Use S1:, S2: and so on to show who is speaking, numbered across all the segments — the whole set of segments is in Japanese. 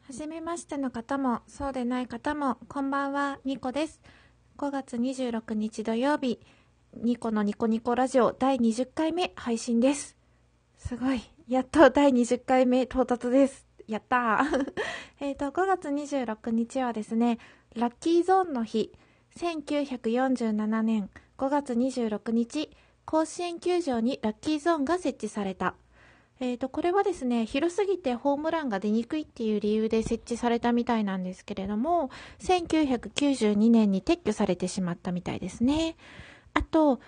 S1: はじめましての方も、そうでない方も、こんばんは、ニコです。5月26日土曜日、ニコのニコニコラジオ第20回目配信です。すごい。やっと第20回目到達です。やったー。5月26日はですね、ラッキーゾーンの日、1947年5月26日、甲子園球場にラッキーゾーンが設置された。これはですね、広すぎてホームランが出にくいっていう理由で設置されたみたいなんですけれども、1992年に撤去されてしまったみたいですね。あと、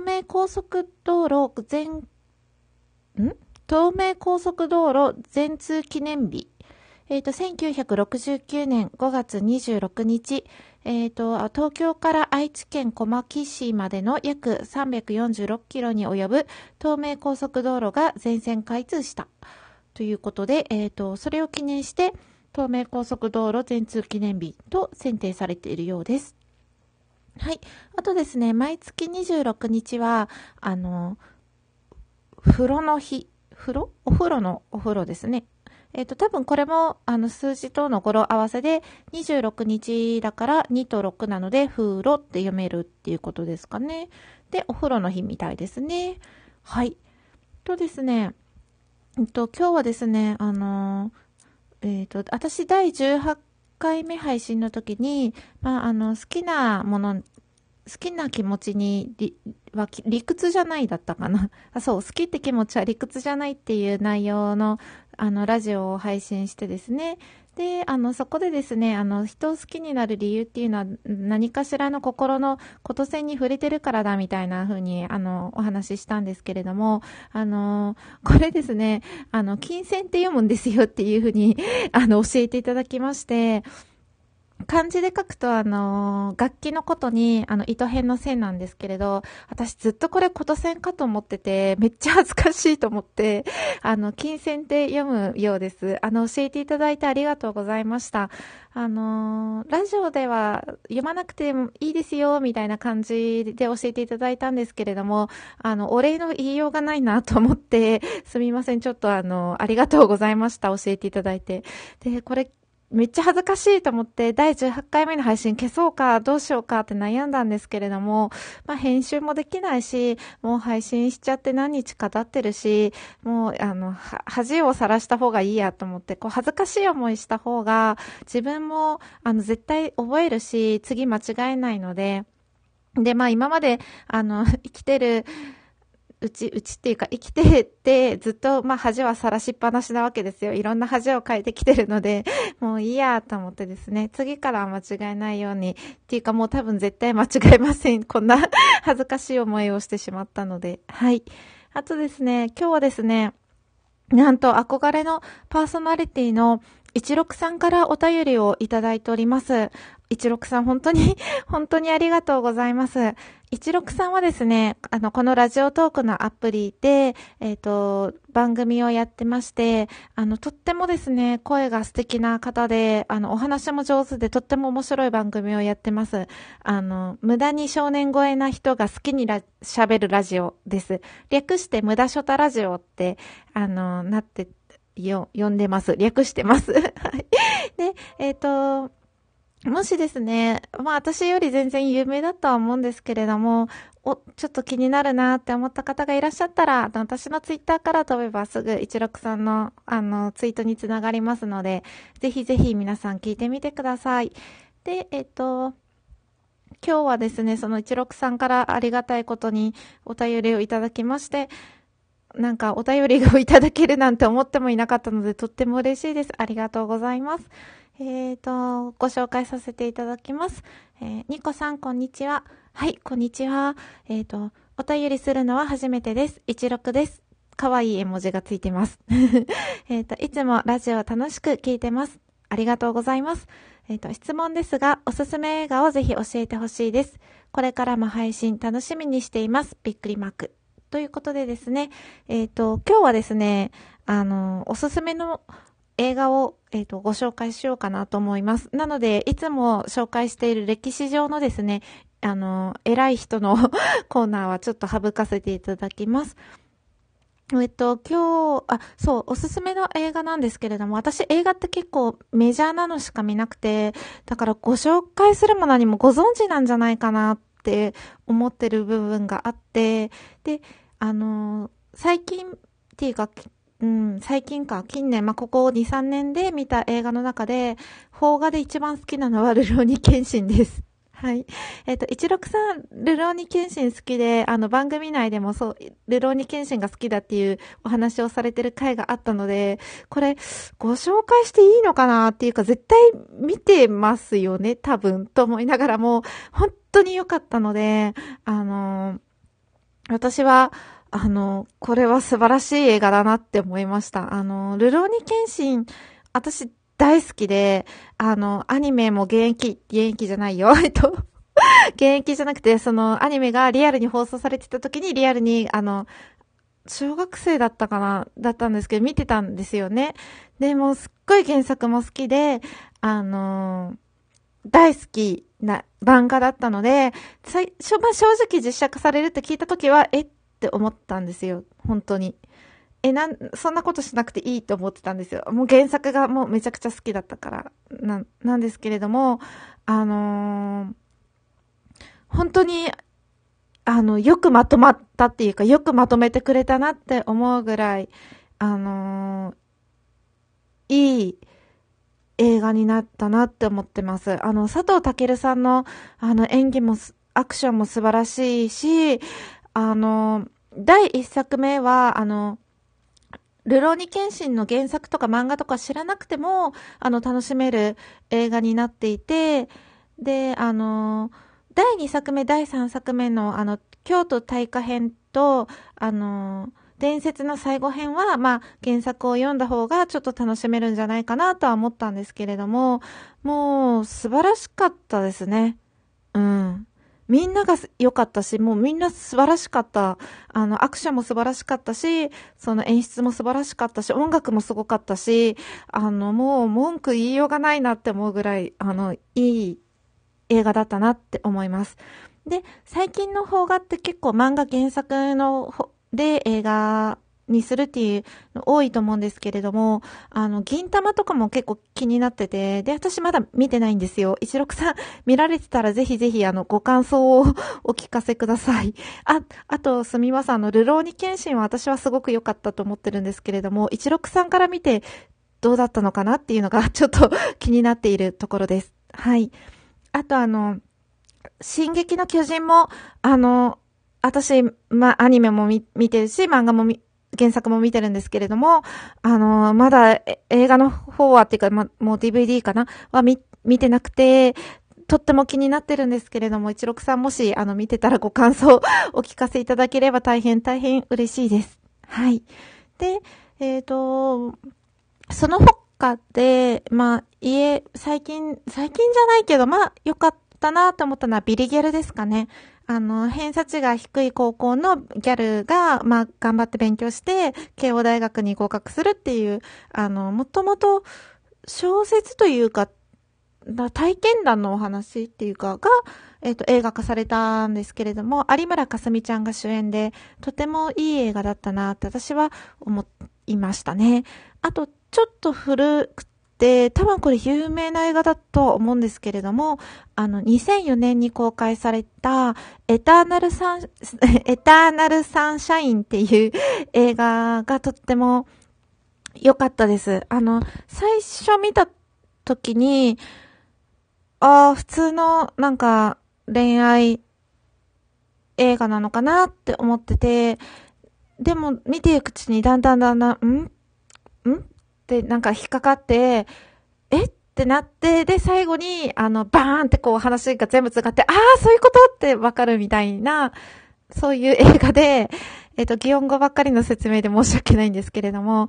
S1: 東名高速道路全通記念日。1969年5月26日、東京から愛知県小牧市までの約346キロに及ぶ東名高速道路が全線開通したということで、それを記念して東名高速道路全通記念日と選定されているようです。はい。あとですね、毎月26日は、風呂の日。お風呂のお風呂ですね。多分これも、数字との語呂合わせで、26日だから2と6なので、風呂って読めるっていうことですかね。で、お風呂の日みたいですね。はい。とですね、今日はですね、私第18回目配信の時に、好きなもの、好きな気持ちに理屈じゃないだったかな。そう、好きって気持ちは理屈じゃないっていう内容の、ラジオを配信してですね。で、そこでですね、人を好きになる理由っていうのは何かしらの心のこと線に触れてるからだみたいな風に、お話ししたんですけれども、これですね、金線って読むんですよっていう風に、教えていただきまして、漢字で書くと楽器のことに糸辺の線なんですけれど、私ずっとこれ琴線かと思ってて、めっちゃ恥ずかしいと思って、金線って読むようです。教えていただいてありがとうございました。ラジオでは読まなくてもいいですよ、みたいな感じで教えていただいたんですけれども、お礼の言いようがないなと思って、すみません、ちょっとありがとうございました、教えていただいて。で、これ、めっちゃ恥ずかしいと思って第18回目の配信消そうかどうしようかって悩んだんですけれども、編集もできないし、もう配信しちゃって何日か経ってるし、もう恥をさらした方がいいやと思って、こう恥ずかしい思いした方が自分も絶対覚えるし、次間違えないので、で、今まで生きてるうちっていうか生きててずっと恥はさらしっぱなしなわけですよ。いろんな恥をかいてきてるので、もういいやと思ってですね、次からは間違えないように、っていうかもう多分絶対間違えません。こんな恥ずかしい思いをしてしまったので。はい。あとですね、今日はですね、なんと憧れのパーソナリティの16さんからお便りをいただいております。16さん本当に本当にありがとうございます。16さんはですね、このラジオトークのアプリで、番組をやってまして、とってもですね、声が素敵な方で、お話も上手で、とっても面白い番組をやってます。無駄に少年超えな人が好きに喋るラジオです。略して無駄ショタラジオって、なって呼んでます。略してます。はい。で、もしですね、私より全然有名だとは思うんですけれども、ちょっと気になるなって思った方がいらっしゃったら、私のツイッターから飛べばすぐ16さんのツイートにつながりますので、ぜひぜひ皆さん聞いてみてください。で、今日はですね、その16さんからありがたいことにお便りをいただきまして、なんかお便りをいただけるなんて思ってもいなかったのでとっても嬉しいです。ありがとうございます。ご紹介させていただきます。ニコさん、こんにちは。はい、こんにちは。お便りするのは初めてです。16です。かわいい絵文字がついてます。いつもラジオ楽しく聞いてます。ありがとうございます。質問ですが、おすすめ映画をぜひ教えてほしいです。これからも配信楽しみにしています。びっくりマーク。ということでですね、今日はですね、おすすめの映画を、ご紹介しようかなと思います。なので、いつも紹介している歴史上のですね、偉い人のコーナーはちょっと省かせていただきます。 そう、おすすめの映画なんですけれども、私映画って結構メジャーなのしか見なくて、だからご紹介するも何もご存知なんじゃないかなって思ってる部分があって、で、最近っていうか、最近か、近年、ここ2、3年で見た映画の中で、邦画で一番好きなのはルローニケンシンです。はい。16さん、ルローニケンシン好きで、番組内でもそう、ルローニケンシンが好きだっていうお話をされてる回があったので、これ、ご紹介していいのかなっていうか、絶対見てますよね、多分、と思いながらも、本当に良かったので、私は、これは素晴らしい映画だなって思いました。ルローニケンシン、私大好きで、アニメも現役じゃないよ。現役じゃなくて、そのアニメがリアルに放送されてた時にリアルに、小学生だったかなだったんですけど、見てたんですよね。でも、すっごい原作も好きで、大好きな漫画だったので、正直実写化されるって聞いた時は、って思ったんですよ。本当に。そんなことしなくていいと思ってたんですよ。もう原作がもうめちゃくちゃ好きだったから、なんですけれども、本当に、よくまとまったっていうか、よくまとめてくれたなって思うぐらい、いい映画になったなって思ってます。佐藤健さんの、演技も、アクションも素晴らしいし、第一作目は、ルローニケンシンの原作とか漫画とか知らなくても、楽しめる映画になっていて、で、第2作目、第3作目の、京都大火編と、伝説の最後編は、原作を読んだ方がちょっと楽しめるんじゃないかなとは思ったんですけれども、もう、素晴らしかったですね。うん。みんなが良かったし、もうみんな素晴らしかった。アクションも素晴らしかったし、その演出も素晴らしかったし、音楽もすごかったし、もう文句言いようがないなって思うぐらい、いい映画だったなって思います。で、最近の邦画って結構漫画原作で映画にするっていうの多いと思うんですけれども、銀玉とかも結構気になってて、で、私まだ見てないんですよ。16さん見られてたらぜひぜひご感想をお聞かせください。あと、すみません、ルローニケンシンは私はすごく良かったと思ってるんですけれども、16さんから見てどうだったのかなっていうのがちょっと気になっているところです。はい。あと進撃の巨人も、私、アニメも見てるし、漫画も原作も見てるんですけれども、まだ映画の方はっていうか、もう DVD かなは見てなくて、とっても気になってるんですけれども、16さんもし、見てたらご感想お聞かせいただければ大変嬉しいです。はい。で、その他で、最近じゃないけど、良かったなと思ったのはビリギャルですかね。偏差値が低い高校のギャルが、頑張って勉強して、慶応大学に合格するっていう、もともと小説というか、体験談のお話っていうか、が、映画化されたんですけれども、有村架純ちゃんが主演で、とてもいい映画だったなって私は思いましたね。あと、ちょっと古くて、多分これ有名な映画だと思うんですけれども、2004年に公開された、エターナルサンシャインっていう映画がとっても良かったです。最初見た時に、普通の恋愛映画なのかなって思ってて、でも見ていくうちにだんだん、って引っかかって、ってなって、で、最後に、バーンって話が全部繋がって、そういうことってわかるみたいな、そういう映画で、擬音語ばっかりの説明で申し訳ないんですけれども、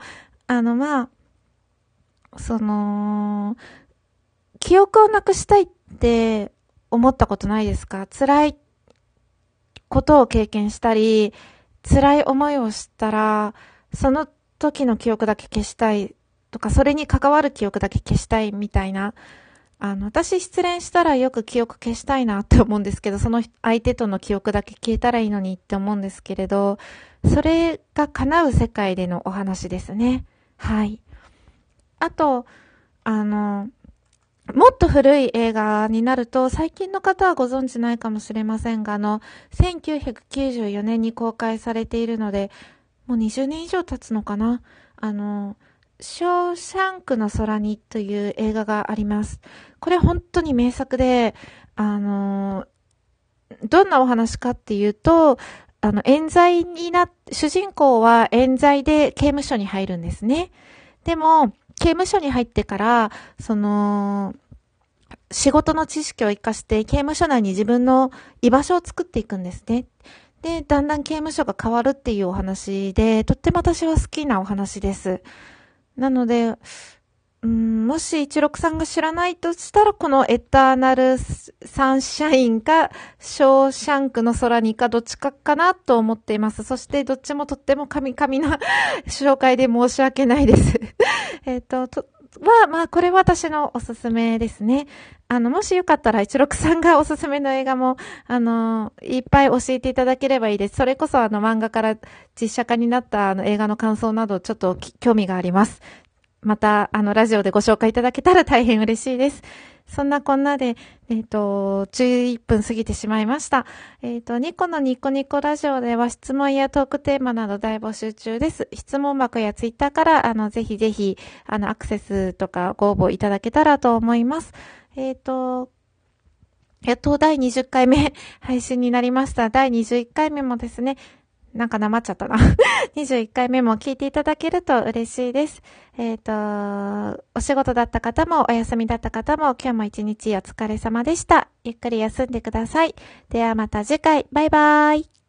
S1: 記憶をなくしたいって思ったことないですか？辛いことを経験したり、辛い思いをしたら、その時の記憶だけ消したいとか、それに関わる記憶だけ消したいみたいな。私失恋したらよく記憶消したいなって思うんですけど、その相手との記憶だけ消えたらいいのにって思うんですけれど、 それが叶う世界でのお話ですね。はい。あと、もっと古い映画になると、最近の方はご存知ないかもしれませんが、1994年に公開されているので、もう20年以上経つのかな。ショーシャンクの空にという映画があります。これ本当に名作で、どんなお話かっていうと、冤罪に主人公は冤罪で刑務所に入るんですね。でも、刑務所に入ってから、仕事の知識を活かして刑務所内に自分の居場所を作っていくんですね。で、だんだん刑務所が変わるっていうお話で、とっても私は好きなお話です。なので、もし一六さんが知らないとしたら、このエターナルサンシャインか、ショーシャンクの空にか、どっちかかなと思っています。そして、どっちもとっても神々な紹介で申し訳ないです。まあ、これは私のおすすめですね。もしよかったら、一六さんがおすすめの映画も、いっぱい教えていただければいいです。それこそ、漫画から実写化になった映画の感想など、ちょっと興味があります。また、ラジオでご紹介いただけたら大変嬉しいです。そんなこんなで、11分過ぎてしまいました。ニコのニコニコラジオでは質問やトークテーマなど大募集中です。質問箱やツイッターから、ぜひぜひ、アクセスとかご応募いただけたらと思います。やっと第20回目配信になりました。第21回目もですね、なんかなまっちゃったな。21回目も聞いていただけると嬉しいです。お仕事だった方もお休みだった方も今日も一日お疲れ様でした。ゆっくり休んでください。ではまた次回。バイバイ。